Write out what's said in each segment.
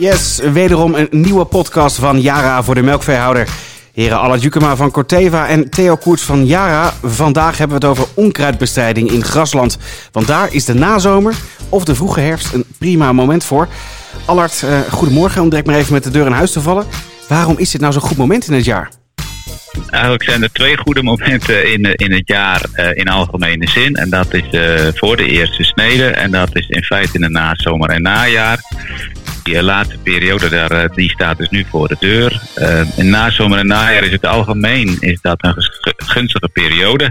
Yes, wederom een nieuwe podcast van Yara voor de melkveehouder. Heren Allard Jukema van Corteva en Theo Koerts van Yara. Vandaag hebben we het over onkruidbestrijding in grasland. Want daar is de nazomer of de vroege herfst een prima moment voor. Allard, goedemorgen, om direct maar even met de deur in huis te vallen. Waarom is dit nou zo'n goed moment in het jaar? Eigenlijk zijn er twee goede momenten in het jaar in algemene zin. En dat is voor de eerste snede. En dat is in feite in de nazomer en najaar. Die laatste periode, die staat dus nu voor de deur. In nazomer en najaar is het algemeen een gunstige periode.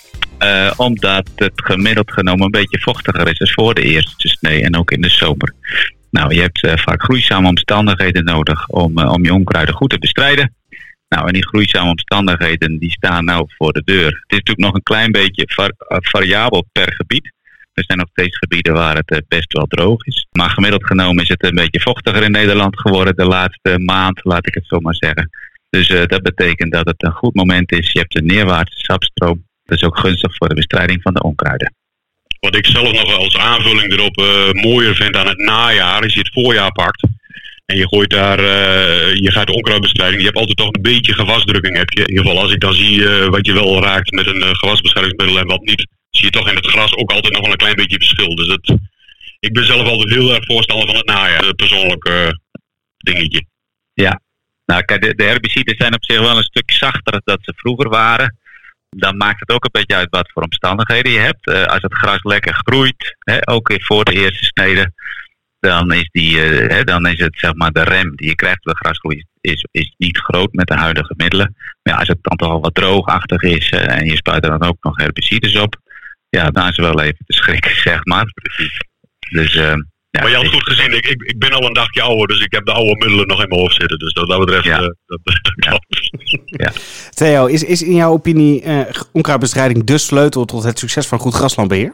Omdat het gemiddeld genomen een beetje vochtiger is als voor de eerste snee en ook in de zomer. Nou, je hebt vaak groeizame omstandigheden nodig om je onkruiden goed te bestrijden. Nou, en die groeizame omstandigheden die staan nou voor de deur. Het is natuurlijk nog een klein beetje variabel per gebied. Er zijn nog steeds gebieden waar het best wel droog is. Maar gemiddeld genomen is het een beetje vochtiger in Nederland geworden de laatste maand, laat ik het zo maar zeggen. Dus dat betekent dat het een goed moment is. Je hebt een neerwaartse sapstroom. Dat is ook gunstig voor de bestrijding van de onkruiden. Wat ik zelf nog als aanvulling erop mooier vind aan het najaar, is je het voorjaar pakt. En je gooit daar, je gaat de onkruidbestrijding. Je hebt altijd toch een beetje gewasdrukking. Heb je. In ieder geval als ik dan zie wat je wel raakt met een gewasbestrijdingsmiddel en wat niet, zie je toch in het gras ook altijd nog wel een klein beetje verschil. Dus ik ben zelf altijd heel erg voorstander van het najaar. Een persoonlijk dingetje. Ja, nou kijk, de herbiciden zijn op zich wel een stuk zachter dan ze vroeger waren. Dan maakt het ook een beetje uit wat voor omstandigheden je hebt. Als het gras lekker groeit, ook voor de eerste snede, dan is het zeg maar de rem die je krijgt door de grasgroei is niet groot met de huidige middelen. Maar ja, als het dan toch al wat droogachtig is en je spuit er dan ook nog herbicides op, ja, dan is het wel even te schrikken, zeg maar. Dus, ja, maar je had goed gezien, ik ben al een dagje ouder, dus ik heb de oude middelen nog in mijn hoofd zitten. Dus dat betreft, dat klopt. Ja. Theo, is in jouw opinie onkruidbestrijding de sleutel tot het succes van goed graslandbeheer?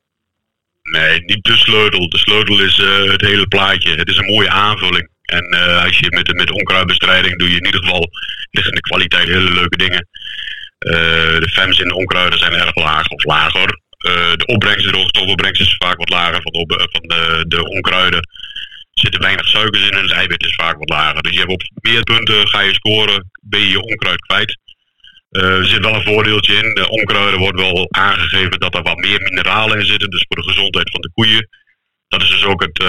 Nee, niet de sleutel. De sleutel is het hele plaatje. Het is een mooie aanvulling. En als je met onkruidbestrijding doe je in ieder geval liggen de kwaliteit hele leuke dingen. De FEM's in de onkruiden zijn erg laag of lager. De opbrengst, de roofstofopbrengst is vaak wat lager van de onkruiden. Er zitten weinig suikers in en het eiwit is vaak wat lager. Dus je hebt op meer punten ga je scoren, ben je onkruid kwijt. Er zit wel een voordeeltje in. De onkruiden wordt wel aangegeven dat er wat meer mineralen in zitten. Dus voor de gezondheid van de koeien. Dat is dus ook het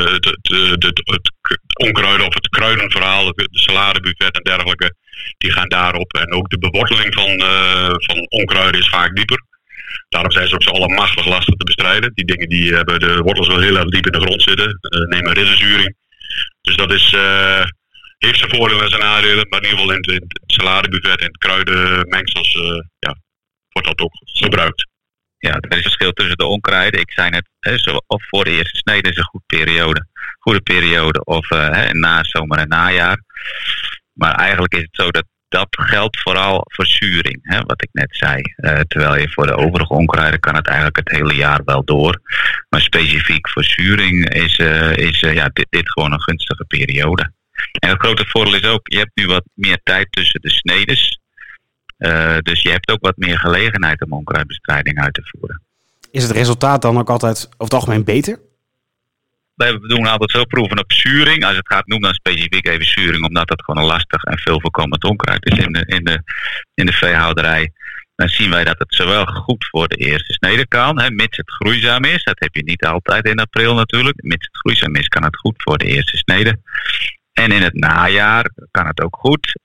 onkruiden of het kruidenverhaal. De saladebuffet en dergelijke. Die gaan daarop. En ook de beworteling van onkruiden is vaak dieper. Daarom zijn ze ook zo allemachtig lastig te bestrijden. Die dingen die hebben de wortels wel heel erg diep in de grond zitten. Nemen ridderzuring. Dus dat is... heeft zijn voordelen en zijn nadelen, maar in ieder geval in het saladebuffet en het kruidenmengsels wordt dat ook gebruikt. Ja, er is verschil tussen de onkruiden. Ik zei net, of voor de eerste snede is een goede periode, of na zomer en najaar. Maar eigenlijk is het zo dat geldt vooral voor zuring, wat ik net zei. Terwijl je voor de overige onkruiden kan het eigenlijk het hele jaar wel door. Maar specifiek voor zuring is dit gewoon een gunstige periode. En het grote voordeel is ook, je hebt nu wat meer tijd tussen de snedes. Dus je hebt ook wat meer gelegenheid om onkruidbestrijding uit te voeren. Is het resultaat dan ook altijd over het algemeen beter? We doen altijd zo proeven op zuring. Als het gaat, noem dan specifiek even zuring, omdat dat gewoon een lastig en veel voorkomend onkruid is in de veehouderij. Dan zien wij dat het zowel goed voor de eerste snede kan, mits het groeizaam is. Dat heb je niet altijd in april natuurlijk. Mits het groeizaam is, kan het goed voor de eerste snede. En in het najaar kan het ook goed.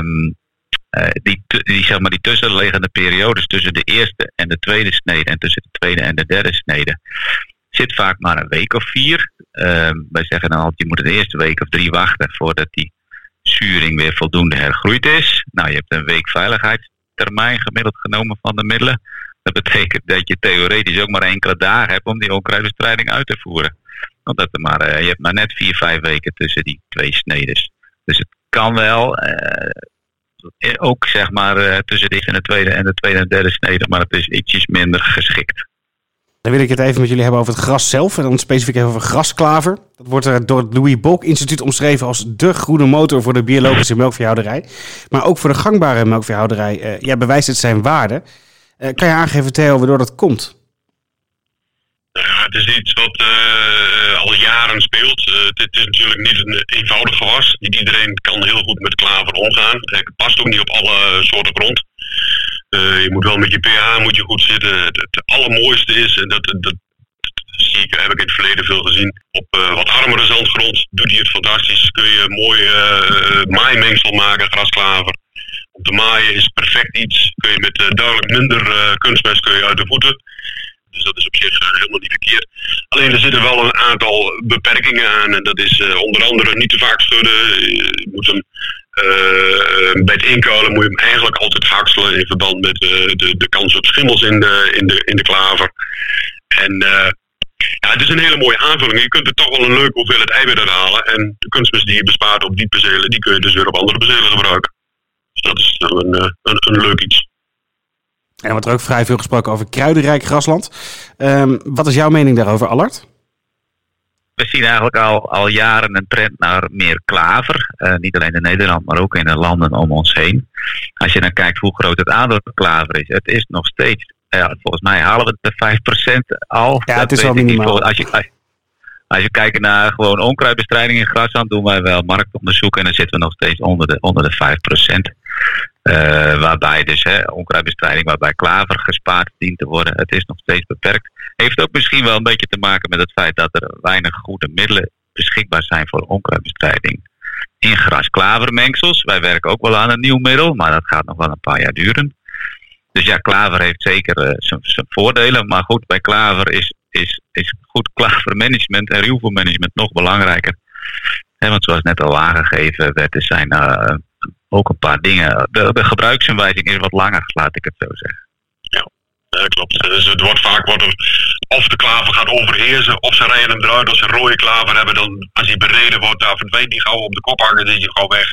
Die tussenliggende periodes tussen de eerste en de tweede snede en tussen de tweede en de derde snede zit vaak maar een week of 4. Wij zeggen dan altijd, je moet de eerste week of 3 wachten voordat die zuring weer voldoende hergroeid is. Nou, je hebt een week veiligheidstermijn gemiddeld genomen van de middelen. Dat betekent dat je theoretisch ook maar enkele dagen hebt om die onkruidbestrijding uit te voeren. Omdat je hebt maar net 4-5 weken tussen die 2 snedes. Dus het kan wel, ook zeg maar tussen de eerste en de tweede en derde snede, maar het is ietsjes minder geschikt. Dan wil ik het even met jullie hebben over het gras zelf en dan specifiek even over grasklaver. Dat wordt door het Louis Bolk Instituut omschreven als de groene motor voor de biologische melkveehouderij. Maar ook voor de gangbare melkveehouderij bewijst het zijn waarde. Kan je aangeven, Theo, waardoor dat komt? het is iets wat al jaren speelt. Het is natuurlijk niet een eenvoudig gewas. Niet iedereen kan heel goed met klaver omgaan. Het past ook niet op alle soorten grond. Je moet wel met je pH moet je goed zitten. Het allermooiste is, en dat heb ik in het verleden veel gezien, op wat armere zandgrond doet hij het fantastisch. Kun je mooi maaimengsel maken, grasklaver. Op de maaien is perfect iets. Kun je met duidelijk minder kunstmest kun je uit de voeten. Dus dat is op zich helemaal niet verkeerd. Alleen er zitten wel een aantal beperkingen aan. En dat is onder andere niet te vaak schudden. Je moet hem, bij het inkuilen moet je hem eigenlijk altijd hakselen in verband met de kans op schimmels in de klaver. En het is een hele mooie aanvulling. Je kunt er toch wel een leuke hoeveelheid eiwit uithalen. En de kunstmest die je bespaart op die percelen, die kun je dus weer op andere percelen gebruiken. Dus dat is een leuk iets. En er wordt er ook vrij veel gesproken over kruidenrijk grasland. Wat is jouw mening daarover, Allard? We zien eigenlijk al jaren een trend naar meer klaver. Niet alleen in Nederland, maar ook in de landen om ons heen. Als je dan kijkt hoe groot het aandeel klaver is. Het is nog steeds, volgens mij halen we het de 5% al. Ja, het is wel minimaal. Als je kijkt naar gewoon onkruidbestrijding in grasland, doen wij wel marktonderzoek en dan zitten we nog steeds onder de 5%. Waarbij dus onkruidbestrijding, waarbij klaver gespaard dient te worden, het is nog steeds beperkt. Heeft ook misschien wel een beetje te maken met het feit dat er weinig goede middelen beschikbaar zijn voor onkruidbestrijding in gras-klavermengsels. Wij werken ook wel aan een nieuw middel, maar dat gaat nog wel een paar jaar duren. Dus ja, klaver heeft zeker zijn voordelen, maar goed, bij klaver is goed klavermanagement en ruwvoermanagement nog belangrijker. Want zoals net al aangegeven werd, er zijn ook een paar dingen. De gebruiksaanwijzing is wat langer, laat ik het zo zeggen. Ja, klopt. Dus het wordt vaak of de klaver gaat overheersen, of ze rijden hem eruit. Als ze een rode klaver hebben, dan als hij bereden wordt, daar verdwijnt die gauw op de kop hangen, dan is hij gauw weg.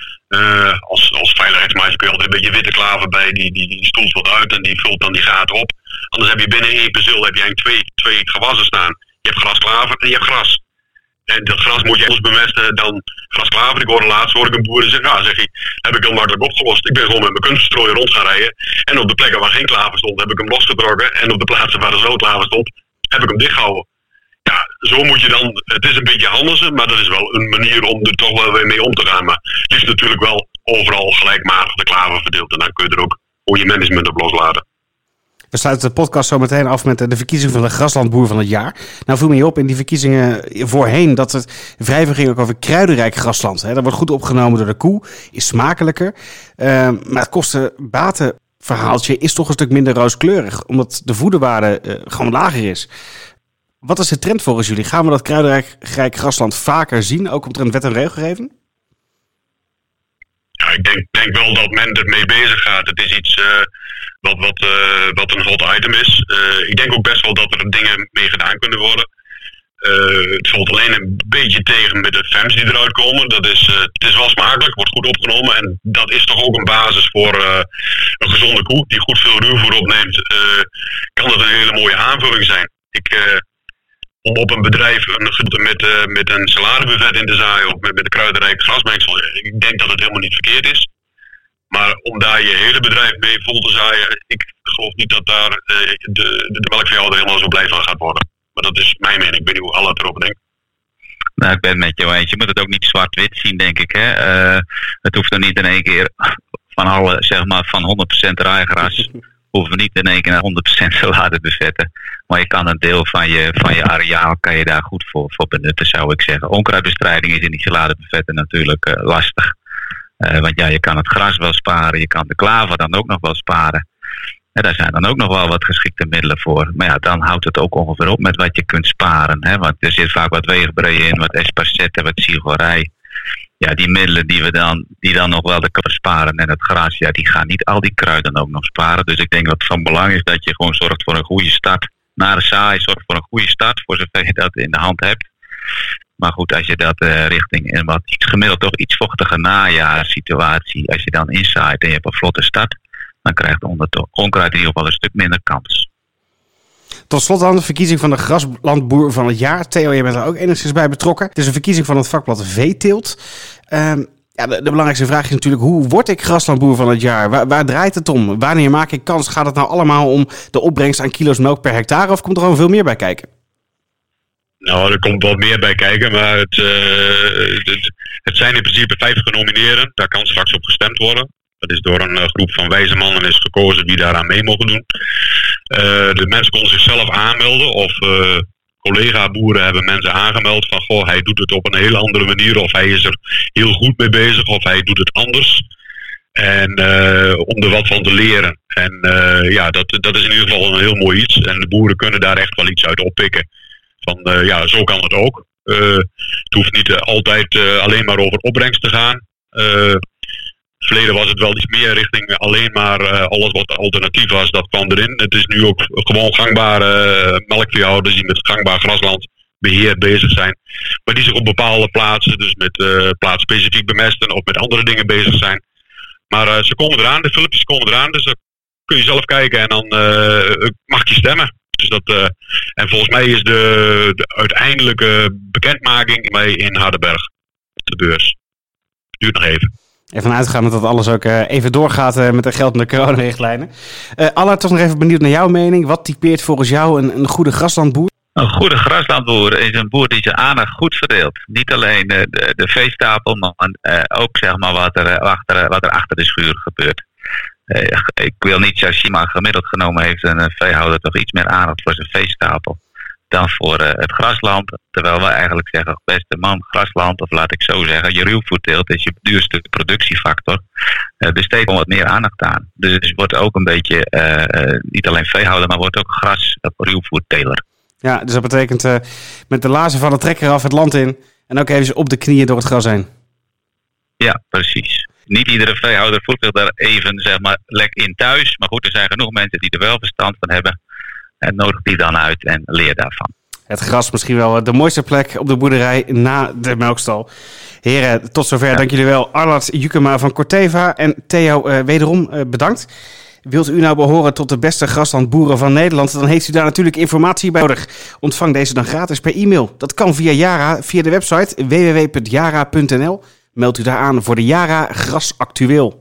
Als veiligheidsmaatje kun je altijd een beetje witte klaver bij, die stoelt wat uit en die vult dan die gaten op. Anders heb je binnen één perceel heb je eigenlijk twee gewassen staan. Je hebt grasklaver en je hebt gras. En dat gras moet je anders bemesten dan grasklaver. Ik hoorde een boer zeggen, zeg je, heb ik heel makkelijk opgelost. Ik ben gewoon met mijn kunststrooier rond gaan rijden. En op de plekken waar geen klaver stond, heb ik hem losgetrokken. En op de plaatsen waar er zo klaver stond, heb ik hem dichtgehouden. Ja, zo moet je dan, het is een beetje handelsen, maar dat is wel een manier om er toch wel weer mee om te gaan. Maar liefst natuurlijk wel overal gelijkmatig de klaver verdeeld. En dan kun je er ook je management op loslaten. We sluiten de podcast zo meteen af met de verkiezing van de graslandboer van het jaar. Nou viel me je op in die verkiezingen voorheen dat het vrij veel ging ook over kruidenrijk grasland. Dat wordt goed opgenomen door de koe, is smakelijker. Maar het kosten-baten-verhaaltje is toch een stuk minder rooskleurig, omdat de voederwaarde gewoon lager is. Wat is de trend volgens jullie? Gaan we dat kruidenrijk grasland vaker zien, ook omtrent wet en regelgeving? Ja, ik denk wel dat men ermee bezig gaat. Het is iets wat een hot item is. Ik denk ook best wel dat er dingen mee gedaan kunnen worden. Het valt alleen een beetje tegen met de FEM's die eruit komen. Het is wel smakelijk, wordt goed opgenomen. En dat is toch ook een basis voor een gezonde koe die goed veel ruwvoer opneemt. Kan dat een hele mooie aanvulling zijn. Om op een bedrijf met een saladebuffet in te zaaien of met de kruidenrijke grasmengsel. Ik denk dat het helemaal niet verkeerd is. Maar om daar je hele bedrijf mee vol te zaaien, ik geloof niet dat daar de melkveehouder helemaal zo blij van gaat worden. Maar dat is mijn mening. Ik weet niet hoe Allard erover denkt. Nou, ik ben het met jou eens. Je moet het ook niet zwart-wit zien, denk ik. Het hoeft er niet in één keer van 100% rijgras hoeven we niet in één keer naar 100% salade bevetten. Maar je kan een deel van je areaal kan je daar goed voor benutten, zou ik zeggen. Onkruidbestrijding is in die saladebevetten natuurlijk lastig. Want ja, je kan het gras wel sparen, je kan de klaver dan ook nog wel sparen. En daar zijn dan ook nog wel wat geschikte middelen voor. Maar ja, dan houdt het ook ongeveer op met wat je kunt sparen. Want er zit vaak wat weegbree in, wat espacette, wat sigorij. Ja, die middelen die dan nog wel de klaver sparen en het gras, ja, die gaan niet al die kruiden ook nog sparen. Dus ik denk dat het van belang is dat je gewoon zorgt voor een goede start. Na de zaai zorgt voor een goede start, voor zover je dat in de hand hebt. Maar goed, als je dat richting een wat gemiddeld toch iets vochtige najaarsituatie, als je dan inzaait en je hebt een vlotte start, dan krijgt onkruid in ieder geval een stuk minder kans. Tot slot dan de verkiezing van de graslandboer van het jaar. Theo, je bent er ook enigszins bij betrokken. Het is een verkiezing van het vakblad Veeteelt. De belangrijkste vraag is natuurlijk, hoe word ik graslandboer van het jaar? Waar draait het om? Wanneer maak ik kans? Gaat het nou allemaal om de opbrengst aan kilo's melk per hectare of komt er gewoon veel meer bij kijken? Nou, er komt wel meer bij kijken, maar het zijn in principe 5 genomineerden. Daar kan straks op gestemd worden. Dat is door een groep van wijze mannen is gekozen die daaraan mee mogen doen. De mensen konden zichzelf aanmelden of collega-boeren hebben mensen aangemeld van goh, hij doet het op een hele andere manier of hij is er heel goed mee bezig of hij doet het anders. En om er wat van te leren. En dat is in ieder geval een heel mooi iets. En de boeren kunnen daar echt wel iets uit oppikken. Van zo kan het ook. Het hoeft niet altijd alleen maar over opbrengst te gaan. Verleden was het wel iets meer richting alleen maar alles wat alternatief was, dat kwam erin. Het is nu ook gewoon gangbare melkveehouders die met gangbaar graslandbeheer bezig zijn. Maar die zich op bepaalde plaatsen, dus met plaatsspecifiek bemesten of met andere dingen bezig zijn. Maar ze komen eraan, de filmpjes komen eraan, dus dan kun je zelf kijken en dan mag je stemmen. Dus en volgens mij is de uiteindelijke bekendmaking in Hardenberg op de beurs. Duurt nog even. Ervan uitgaande dat alles ook even doorgaat met de geldende coronarichtlijnen. Allard, toch nog even benieuwd naar jouw mening. Wat typeert volgens jou een goede graslandboer? Een goede graslandboer is een boer die zijn aandacht goed verdeelt. Niet alleen de veestapel, maar ook zeg maar wat er achter de schuur gebeurt. Ik wil niet chargeren, maar gemiddeld genomen heeft een veehouder toch iets meer aandacht voor zijn veestapel dan voor het grasland. Terwijl wij eigenlijk zeggen, beste man, grasland, of laat ik zo zeggen, je ruwvoerteelt is je duurste productiefactor. Besteed er wat meer aandacht aan. Dus het wordt ook een beetje, niet alleen veehouder, maar wordt ook ruwvoerteler. Ja, dus dat betekent met de laarzen van de trekker af het land in en ook even op de knieën door het gras heen. Ja, precies. Niet iedere veehouder voelt zich daar even zeg maar lekker in thuis. Maar goed, er zijn genoeg mensen die er wel verstand van hebben. En nodig die dan uit en leer daarvan. Het gras misschien wel de mooiste plek op de boerderij na de melkstal. Heren, tot zover. Ja. Dank jullie wel. Allard Jukema van Corteva en Theo wederom bedankt. Wilt u nou behoren tot de beste graslandboeren van Nederland? Dan heeft u daar natuurlijk informatie bij nodig. Ontvang deze dan gratis per e-mail. Dat kan via Yara, via de website www.yara.nl. Meld u daar aan voor de Yara Gras Actueel.